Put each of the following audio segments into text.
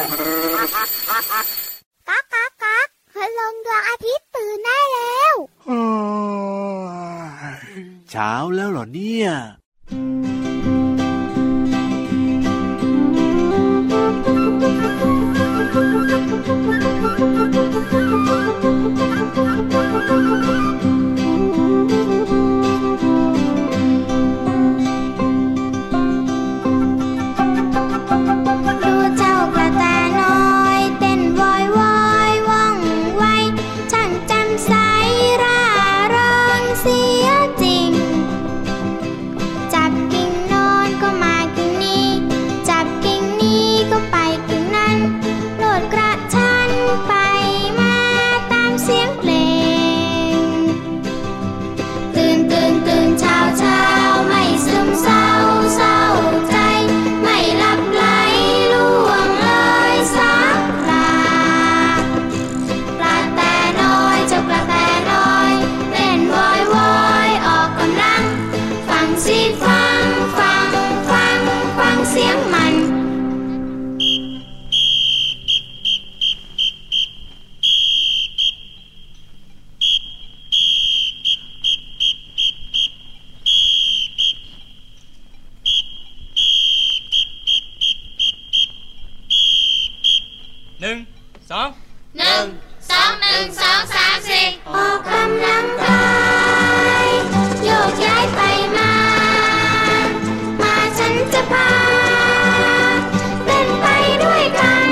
ก๊ากก๊ากก๊ากพลังดวงอาทิตย์ตื่นได้แล้วเช้าแล้วเหรอเนี่ยออกกำลังกายโยกย้ายไปมาฉันจะพาเดินไปด้วยกัน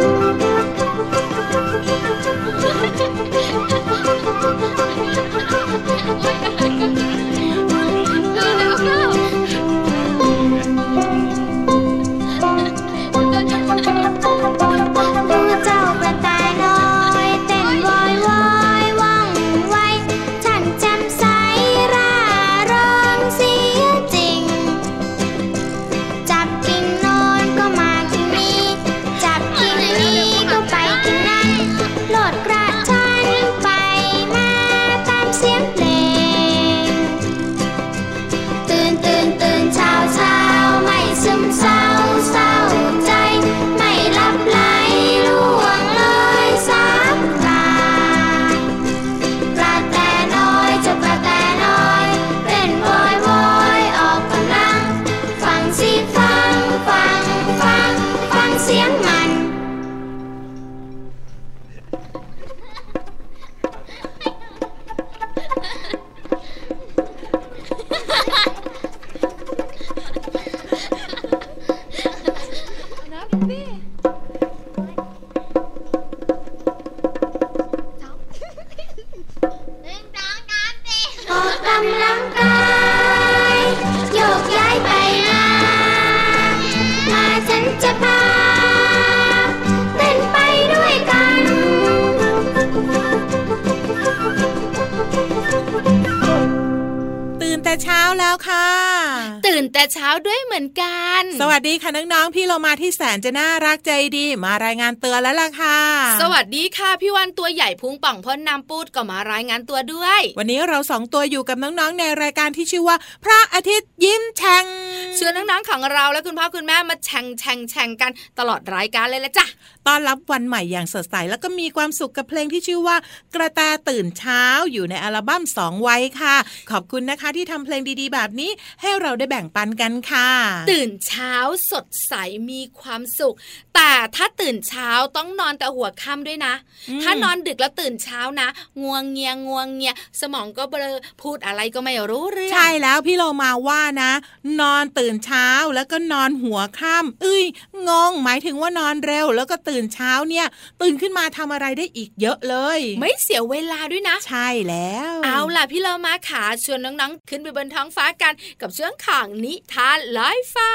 เช้าแล้วค่ะตื่นแต่เช้าด้วยเหมือนกันสวัสดีค่ะน้องๆพี่เรามาที่แสนจะน่ารักใจดีมารายงานเตือนแล้วล่ะค่ะสวัสดีค่ะพี่วันตัวใหญ่พุงป่องพ่นน้ำปูดก็มารายงานตัวด้วยวันนี้เรา2ตัวอยู่กับน้องๆในรายการที่ชื่อว่าพระอาทิตย์ยิ้มแฉ่งเชิญน้องๆของเราและคุณพ่อคุณแม่มาแฉ่งกันตลอดรายการเลยละจ้ะต้อนรับวันใหม่อย่างสดใสแล้วก็มีความสุขกับเพลงที่ชื่อว่ากระแตตื่นเช้าอยู่ในอัลบั้ม2วัยค่ะขอบคุณนะคะที่ทำเพลงดีๆแบบนี้ให้เราได้แบ่งปันกันค่ะตื่นเช้าสดใสมีความสุขแต่ถ้าตื่นเช้าต้องนอนแต่หัวค่ำด้วยนะถ้านอนดึกแล้วตื่นเช้านะงัวเงียสมองก็เบลอพูดอะไรก็ไม่รู้เรื่องใช่แล้วพี่เรามาว่านะนอนตื่นเช้าแล้วก็นอนหัวค่ำงงหมายถึงว่านอนเร็วแล้วก็ตื่นเช้าเนี่ยตื่นขึ้นมาทำอะไรได้อีกเยอะเลยไม่เสียเวลาด้วยนะใช่แล้วเอาล่ะพี่เรามาขาชวนน้องๆขึ้นไปบนท้องฟ้ากันกับเชื่องข่างนิทานลอยฟ้า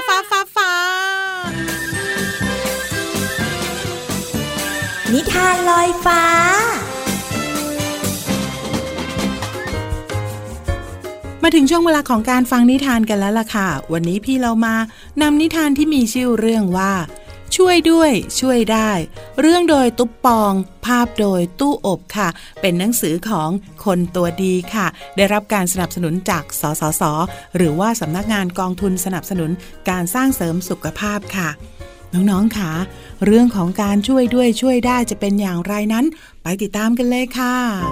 นิทานลอยฟ้ามาถึงช่วงเวลาของการฟังนิทานกันแล้วล่ะค่ะวันนี้พี่เรามานำนิทานที่มีชื่อเรื่องว่าช่วยด้วยช่วยได้เรื่องโดยตุ๊บปองภาพโดยตู้อบค่ะเป็นหนังสือของคนตัวดีค่ะได้รับการสนับสนุนจากสสส.หรือว่าสำนักงานกองทุนสนับสนุนการสร้างเสริมสุขภาพค่ะน้องๆค่ะเรื่องของการช่วยด้วยช่วยได้จะเป็นอย่างไรนั้นไปติดตามกันเลยค่ะ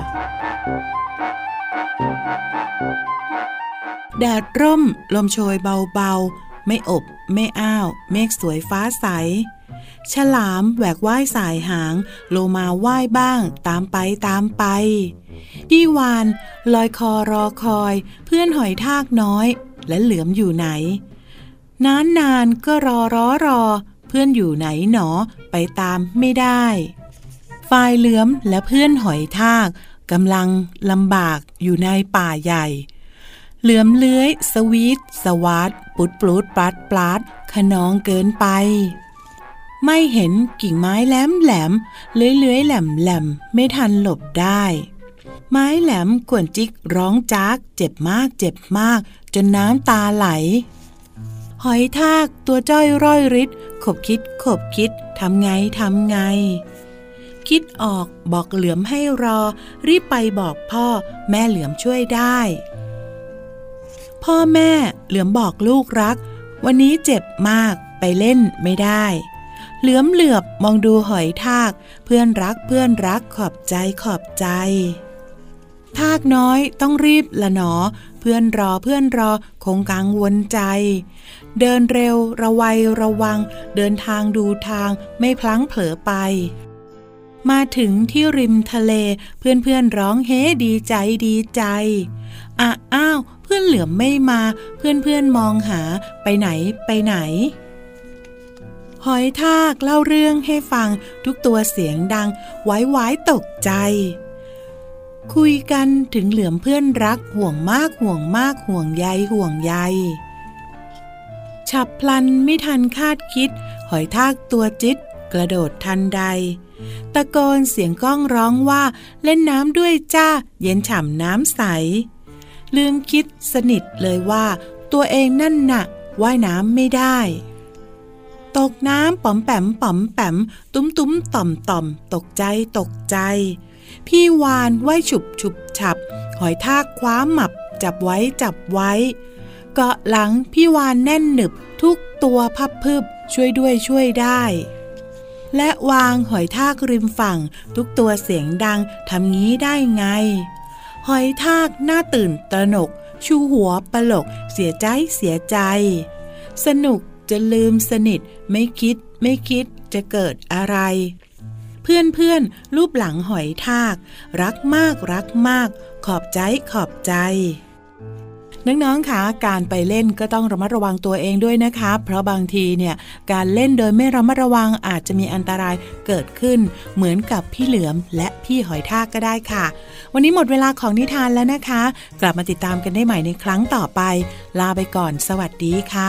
แดดร่มลมโชยเบาๆไม่อบไม่อ้าวเมฆสวยฟ้าใสฉลามแหวกว่ายสายหางโลมาว่ายบ้างตามไปพี่วานลอยคอรอคอยเพื่อนหอยทากน้อยและเหลือมอยู่ไหนนานก็รอเพื่อนอยู่ไหนหนอไปตามไม่ได้ฝ่ายเหลือมและเพื่อนหอยทากกำลังลำบากอยู่ในป่าใหญ่เหลือมเลื้อยสวีทสวาดปุดปลูดปลัดขนองเกินไปไม่เห็นกิ่งไม้แหลมเลื้อยแหลมไม่ทันหลบได้ไม้แหลมกวนจิกร้องจากเจ็บมากจนน้ำตาไหลหอยทากตัวจ้อยร่อยริดขบคิดทำไงคิดออกบอกเหลือมให้รอรีบไปบอกพ่อแม่เหลือมช่วยได้พ่อแม่เหลือมบอกลูกรักวันนี้เจ็บมากไปเล่นไม่ได้เหลือมเหลือบมองดูหอยทากเพื่อนรักขอบใจทากน้อยต้องรีบละหนอเพื่อนรอคงกังวลใจเดินเร็วระวังเดินทางดูทางไม่พลั้งเผลอไปมาถึงที่ริมทะเลเพื่อนร้องเฮ้ดีใจอ้าวเพื่อนเหลือมไม่มาเพื่อนมองหาไปไหนหอยทากเล่าเรื่องให้ฟังทุกตัวเสียงดังไว้ตกใจคุยกันถึงเหลือมเพื่อนรักห่วงมากห่วงใยฉับพลันไม่ทันคาดคิดหอยทากตัวจิตกระโดดทันใดตะโกนเสียงก้องร้องว่าเล่นน้ำด้วยจ้าเย็นฉ่ำน้ำใสลืมคิดสนิทเลยว่าตัวเองนั่นน่ะว่ายน้ำไม่ได้ตกน้ำป๋อมแปมตุ้มต่อมตกใจพี่วานว่ายฉุบฉับหอยทากคว้าหมับจับไว้เกาะหลังพี่วานแน่นหนึบทุกตัวพับพึบช่วยด้วยช่วยได้และวางหอยทากริมฝั่งทุกตัวเสียงดังทำงี้ได้ไงหอยทากหน้าตื่นตระหนกชูหัวปลกเสียใจสนุกจะลืมสนิทไม่คิดจะเกิดอะไรเพื่อนรูปหลังหอยทากรักมากขอบใจน้องๆคะการไปเล่นก็ต้องระมัดระวังตัวเองด้วยนะคะเพราะบางทีเนี่ยการเล่นโดยไม่ระมัดระวังอาจจะมีอันตรายเกิดขึ้นเหมือนกับพี่เหลือมและพี่หอยทากก็ได้ค่ะวันนี้หมดเวลาของนิทานแล้วนะคะกลับมาติดตามกันได้ใหม่ในครั้งต่อไปลาไปก่อนสวัสดีค่ะ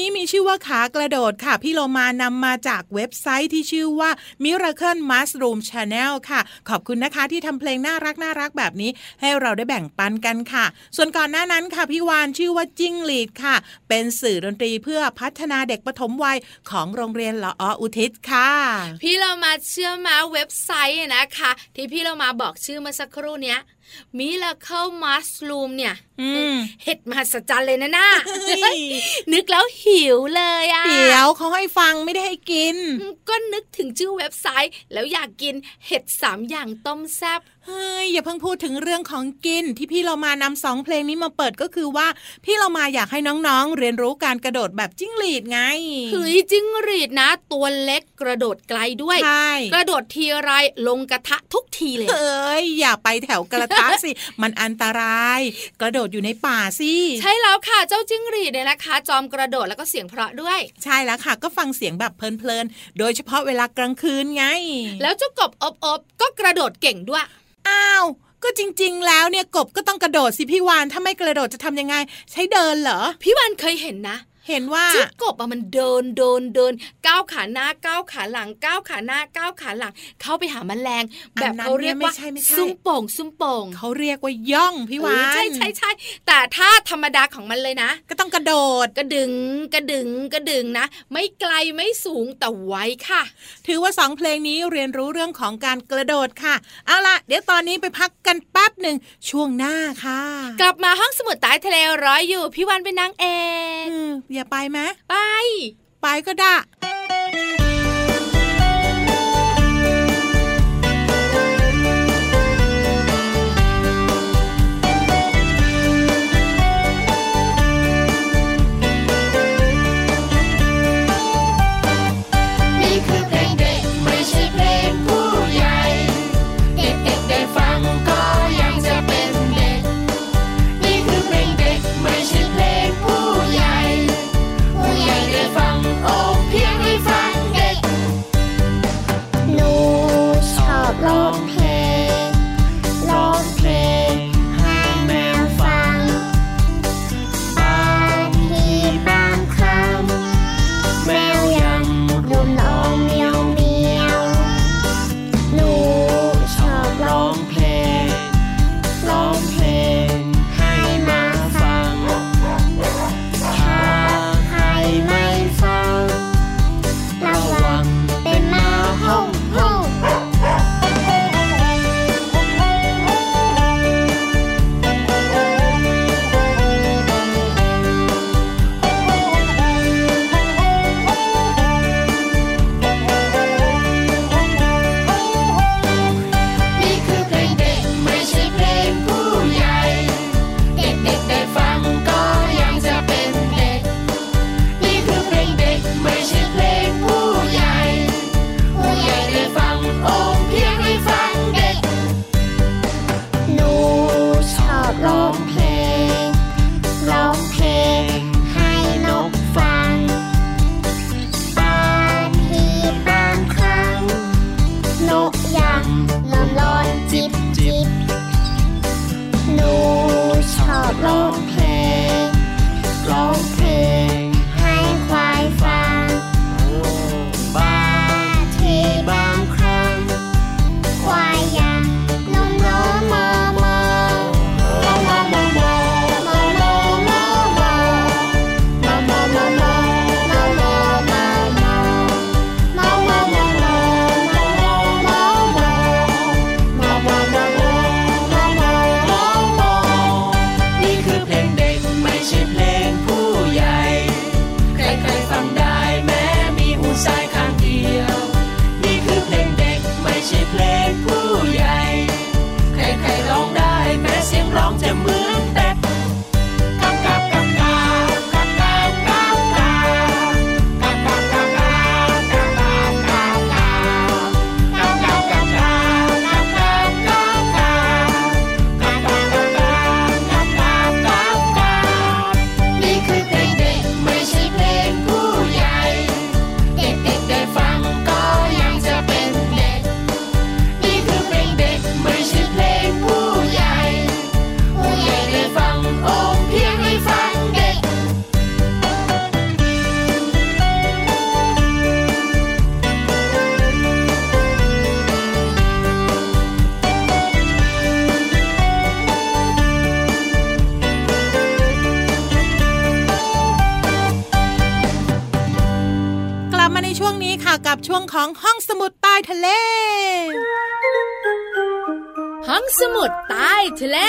นี้มีชื่อว่าขากระโดดค่ะพี่โลมานำมาจากเว็บไซต์ที่ชื่อว่า Miracle Mushroom Channel ค่ะขอบคุณนะคะที่ทำเพลงน่ารักแบบนี้ให้เราได้แบ่งปันกันค่ะส่วนก่อนหน้านั้นค่ะพี่วานชื่อว่าจิ้งหรีดค่ะเป็นสื่อดนตรีเพื่อพัฒนาเด็กปฐมวัยของโรงเรียนละออุทิศค่ะพี่เรามาเชื่อมาเว็บไซต์นะคะที่พี่เรามาบอกชื่อเมื่อสักครู่เนี้ยMiracle Mushroom เนี่ยเห็ดมหัศจรรย์เลยนะ นึกแล้วหิวเลยอ่ะเดี๋ยวเขาให้ฟังไม่ได้ให้กินก็นึกถึงชื่อเว็บไซต์แล้วอยากกินเห็ด3อย่างต้มแซ่บเฮ้ยอย่าเพิ่งพูดถึงเรื่องของกินที่พี่เรามานำ2เพลงนี้มาเปิดก็คือว่าพี่เรามาอยากให้น้องๆเรียนรู้การกระโดดแบบจิ้งหรีดไงเฮ้ยจิ้งหรีดนะตัวเล็กกระโดดไกลด้วยกระโดดทีไรลงกระทะทุกทีเลยเอ้ยอย่าไปแถวกระทะสิ มันอันตรายกระโดดอยู่ในป่าสิใช่แล้วค่ะเจ้าจิ้งหรีดเนี่ยนะคะจอมกระโดดแล้วก็เสียงเพราะด้วยใช่แล้วค่ะก็ฟังเสียงแบบเพลินๆโดยเฉพาะเวลากลางคืนไงแล้วเจ้ากบอบก็กระโดดเก่งด้วยอ้าวก็จริงๆแล้วเนี่ยกบก็ต้องกระโดดสิพี่วานถ้าไม่กระโดดจะทำยังไงใช้เดินเหรอพี่วานเคยเห็นนะเห็นว่าจิ้งกบอะมันเดินก้าวขาหน้าก้าวขาหลังก้าวขาหน้าก้าวขาหลังเข้าไปหาแมลงแบบเขาเรียกว่าซุ่มโป่งเขาเรียกว่าย่องพี่วานใช่แต่ถ้าธรรมดาของมันเลยนะก็ต้องกระโดดกระดึงนะไม่ไกลไม่สูงแต่ไวค่ะถือว่า2เพลงนี้เรียนรู้เรื่องของการกระโดดค่ะเอาล่ะเดี๋ยวตอนนี้ไปพักกันแป๊บนึงช่วงหน้าค่ะกลับมาห้องสมุดใต้ทะเลรออยู่พี่วานเป็นนางเอกอย่าไปไหมไปก็ได้นี่คือเพลงเด็กไม่ใช่เพลงผู้ใหญ่เด็กๆได้ฟังก็ยังจะเป็นเด็กนี่คือเพลงเด็กไม่ใช่เพลงผู้ใหญ่ผู้ใหญ่ได้ฟังโอ้เพียงได้ฟังเด็ช่วงนี้ค่ะกับช่วงของห้องสมุดใต้ทะเลห้องสมุดใต้ทะเล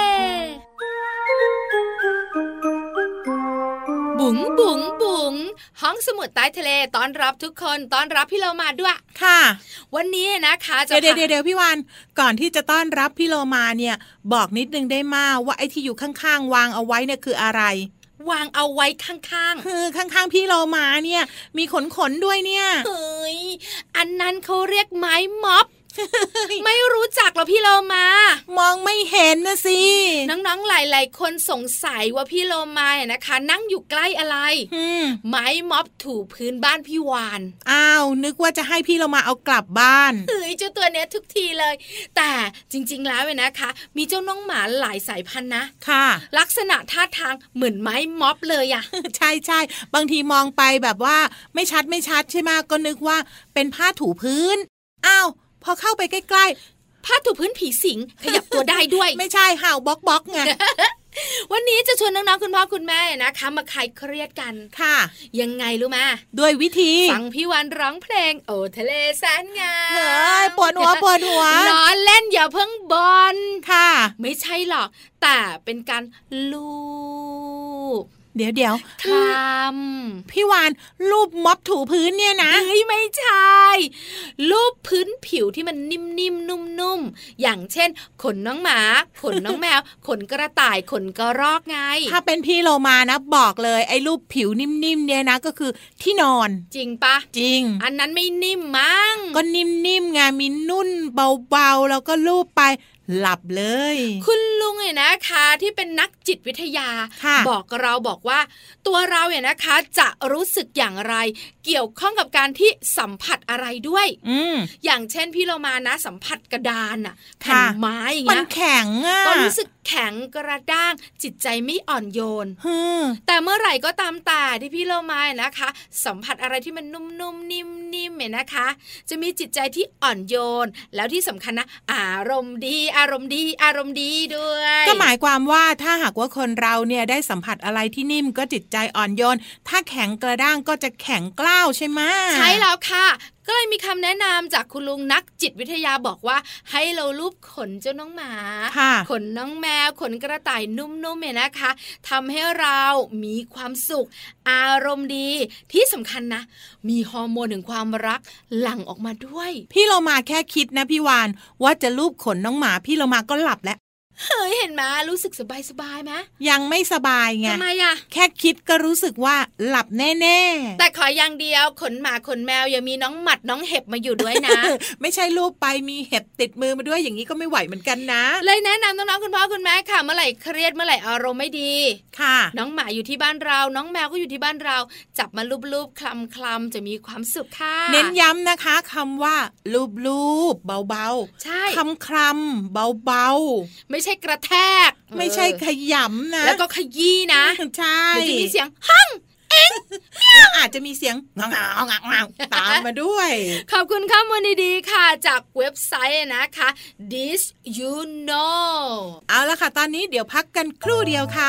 บุ๋งบุ๋งบุ๋งห้องสมุดใต้ทะเลต้อนรับทุกคนต้อนรับพี่เรามาด้วยค่ะวันนี้นะคะเดี๋ยวพี่วานก่อนที่จะต้อนรับพี่โลมาเนี่ยบอกนิดนึงได้มาว่าไอ้ที่อยู่ข้างๆวางเอาไว้เนี่ยคืออะไรวางเอาไว้ข้างๆคือข้างๆพี่โลมาเนี่ยมีขนด้วยเนี่ยเฮ้ยอันนั้นเขาเรียกไม้ม็อบไม่รู้จักหรอพี่โลมามองไม่เห็นนะสิน้องๆหลายๆคนสงสัยว่าพี่โลมาเนี่ยนะคะนั่งอยู่ใกล้อะไรไม้ม็อบถูพื้นบ้านพี่วานอ้าวนึกว่าจะให้พี่โลมาเอากลับบ้านเฮ้ยเจ้าตัวเนี้ยทุกทีเลยแต่จริงๆแล้วเนี่ยนะคะมีเจ้าน้องหมาหลายสายพันธุ์นะค่ะลักษณะท่าทางเหมือนไม้ม็อบเลยอะใช่ๆบางทีมองไปแบบว่าไม่ชัดใช่ไหมก็นึกว่าเป็นผ้าถูพื้นอ้าวพอเข้าไปใกล้ๆผ้าถูพื้นผีสิงขยับตัวได้ด้วยไม่ใช่ห่าวบ๊อกไงวันนี้จะชวนน้องๆคุณพ่อคุณแม่นะคะมาคลายเครียดกันค่ะยังไงรู้ไหมด้วยวิธีฟังพี่วันร้องเพลงโอ้ทะเลแสนงามเฮ้ยปวดหัวล้อเล่นอย่าเพิ่งบอลค่ะไม่ใช่หรอกแต่เป็นการลูบเดี๋ยวทำพี่วานรูปม็อบถูพื้นเนี่ยนะเฮ้ยไม่ใช่รูปพื้นผิวที่มันนิ่มๆนุ่มๆอย่างเช่นขนน้องหมาขนน้องแมวขนกระต่ายขนกระรอกไงถ้าเป็นพี่โลมานะบอกเลยไอ้รูปผิวนิ่มๆเนี่ยนะก็คือที่นอนจริงปะจริงอันนั้นไม่นิ่มมั้งก็นิ่มๆไงมีนุ่นเบาๆแล้วก็รูปไปหลับเลยคุณลุงเนี่ยนะคะที่เป็นนักจิตวิทยาบอกว่าตัวเราเนี่ยนะคะจะรู้สึกอย่างไรเกี่ยวข้องกับการที่สัมผัสอะไรด้วยอย่างเช่นพี่เรามานะสัมผัสกระดานอะแผ่นไม้อย่างเงี้ยมันแข็งอะก็รู้สึกแข็งกระด้างจิตใจไม่อ่อนโยนแต่เมื่อไหร่ก็ตามแต่ที่พี่เรามานะคะสัมผัสอะไรที่มันนุ่มๆนิ่มๆเนี่ยนะคะจะมีจิตใจที่อ่อนโยนแล้วที่สำคัญนะอารมณ์ดีด้วยก็หมายความว่าถ้าหากว่าคนเราเนี่ยได้สัมผัสอะไรที่นิ่มก็จิตใจอ่อนโยนถ้าแข็งกระด้างก็จะแข็งกร้าวใช่ไหมใช่แล้วค่ะก็เลยมีคำแนะนำจากคุณลุงนักจิตวิทยาบอกว่าให้เราลูบขนเจ้าน้องหมาขนน้องแมวขนกระต่ายนุ่มๆเนี่ยนะคะทำให้เรามีความสุขอารมณ์ดีที่สำคัญนะมีฮอร์โมนแห่งความรักหลั่งออกมาด้วยพี่เรามาแค่คิดนะพี่วานว่าจะลูบขนน้องหมาพี่เรามาก็หลับแล้วเฮ้ยเห็นไหมรู้สึกสบายไหมยังไม่สบายไงทำไมอะแค่คิดก็รู้สึกว่าหลับแน่ๆแต่ขออย่างเดียวขนหมาขนแมวอย่ามีน้องหมัดน้องเห็บมาอยู่ด้วยนะไม่ใช่ลูบไปมีเห็บติดมือมาด้วยอย่างนี้ก็ไม่ไหวเหมือนกันนะเลยแนะนำน้องๆคุณพ่อคุณแม่ค่ะเมื่อไหร่เครียดเมื่อไหร่อารมณ์ไม่ดีค่ะน้องหมาอยู่ที่บ้านเราน้องแมวก็อยู่ที่บ้านเราจับมาลูบๆคลำจะมีความสุขค่ะเน้นย้ำนะคะคำว่าลูบเบาๆใช่คลำเบาๆไม่ใช่กระแทกไม่ใช่ขยำนะแล้วก็ขยี้นะใช่เดี๋ยวจะมีเสียงฮั่งเอ็งแล้วอาจจะมีเสียงงงตามมาด้วยขอบคุณข้อมูลดีๆค่ะจากเว็บไซต์นะคะ This You Know เอาละค่ะตอนนี้เดี๋ยวพักกันครู่เดียวค่ะ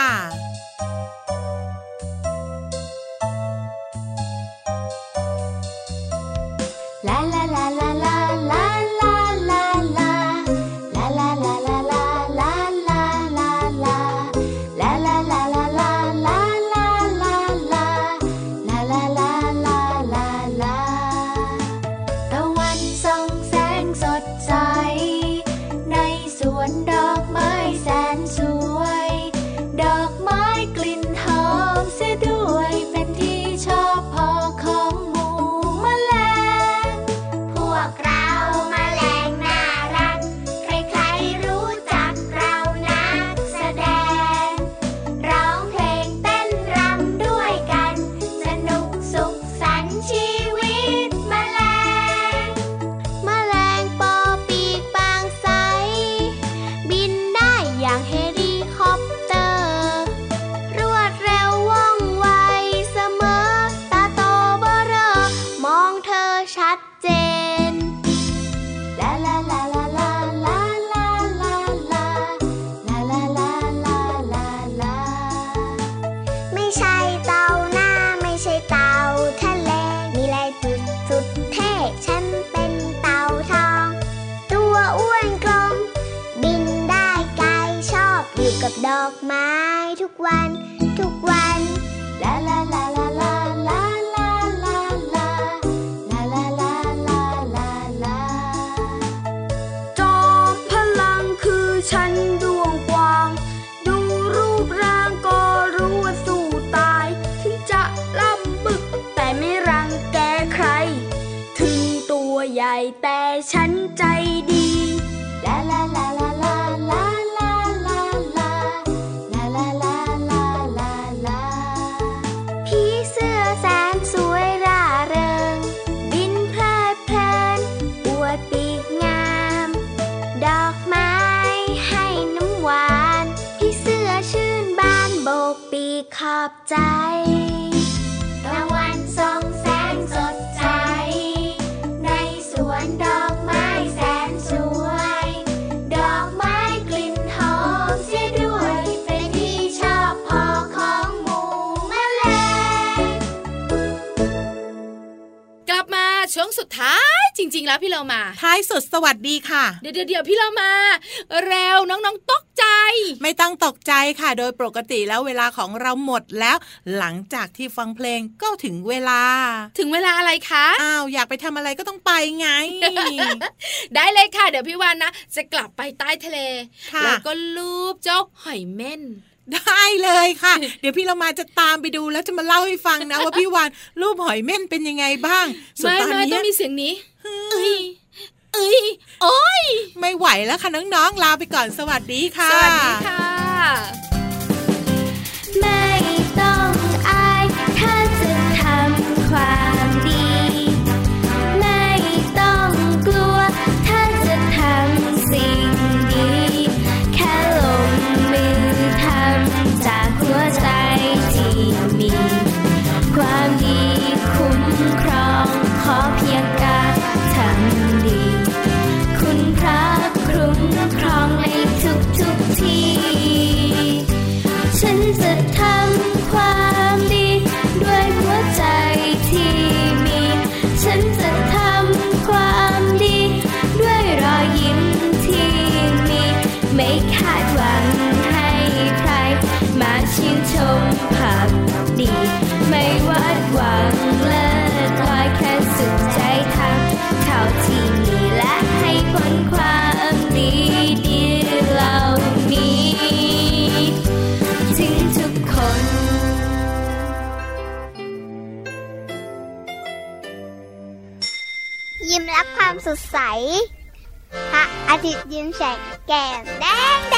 ลาลาลาลาลาลาพฉันใจดีลาลาลาลาลาลาลาลาลาลาลาลาลาลาลาผีเสื้อแสนสวยร่าเริงบินเพลิดเพลินอวดปีกงามดอกไม้ให้น้ำหวานผีเสื้อชื่นบานโบกปีกขอบใจตะวันส่องแสงสดใสในสวนดอกไม้แสนสวยดอกไม้กลิ่นหอมเสียด้วยเป็นที่ชอบพอของหมู่แมลงกลับมาช่วงสุดท้ายจริงๆแล้วพี่เรามาท้ายสุดสวัสดีค่ะเดี๋ยวพี่เรามาเร็วน้องๆตกใจไม่ต้องตกใจค่ะโดยปกติแล้วเวลาของเราหมดแล้วหลังจากที่ฟังเพลงก็ถึงเวลาอะไรคะอ้าวอยากไปทำอะไรก็ต้องไปไงได้เลยค่ะเดี๋ยวพี่วานนะจะกลับไปใต้ทะเลแล้วก็ลูบเจ้าหอยเม่นได้เลยค่ะ เดี๋ยวพี่เรามาจะตามไปดูแล้วจะมาเล่าให้ฟังนะว่าพี่วานรูปหอยเม่นเป็นยังไงบ้างส่วนตอนนี้ต้องมีเสียงนี้โอ้ยไม่ไหวแล้วค่ะน้องๆลาไปก่อนสวัสดีค่ะสวัสดีค่ะไม่ต้องอายถ้าจะทำความดีไม่ต้องกลัวถ้าจะทำสิ่งดีแค่ลงมือทำจากหัวใจที่มีความดีคุ้มครองขอเพียงการทำดีคุณพระคุ้มครองในทุกที่ฉันจะทำความดีด้วยหัวใจที่มีฉันจะทำความดีด้วยรอยยิ้มที่มีไม่คาดหวังให้ใครมาชื่นชมพักดีไม่หวาดหวังเลิศลอยแค่สุดใจทำเท่าที่มีและให้ผลความดีเหล่านี้ถึงทุกคนยิ้มรับความสดใสพระอาทิตย์ยิ้มแฉกแก้มแดง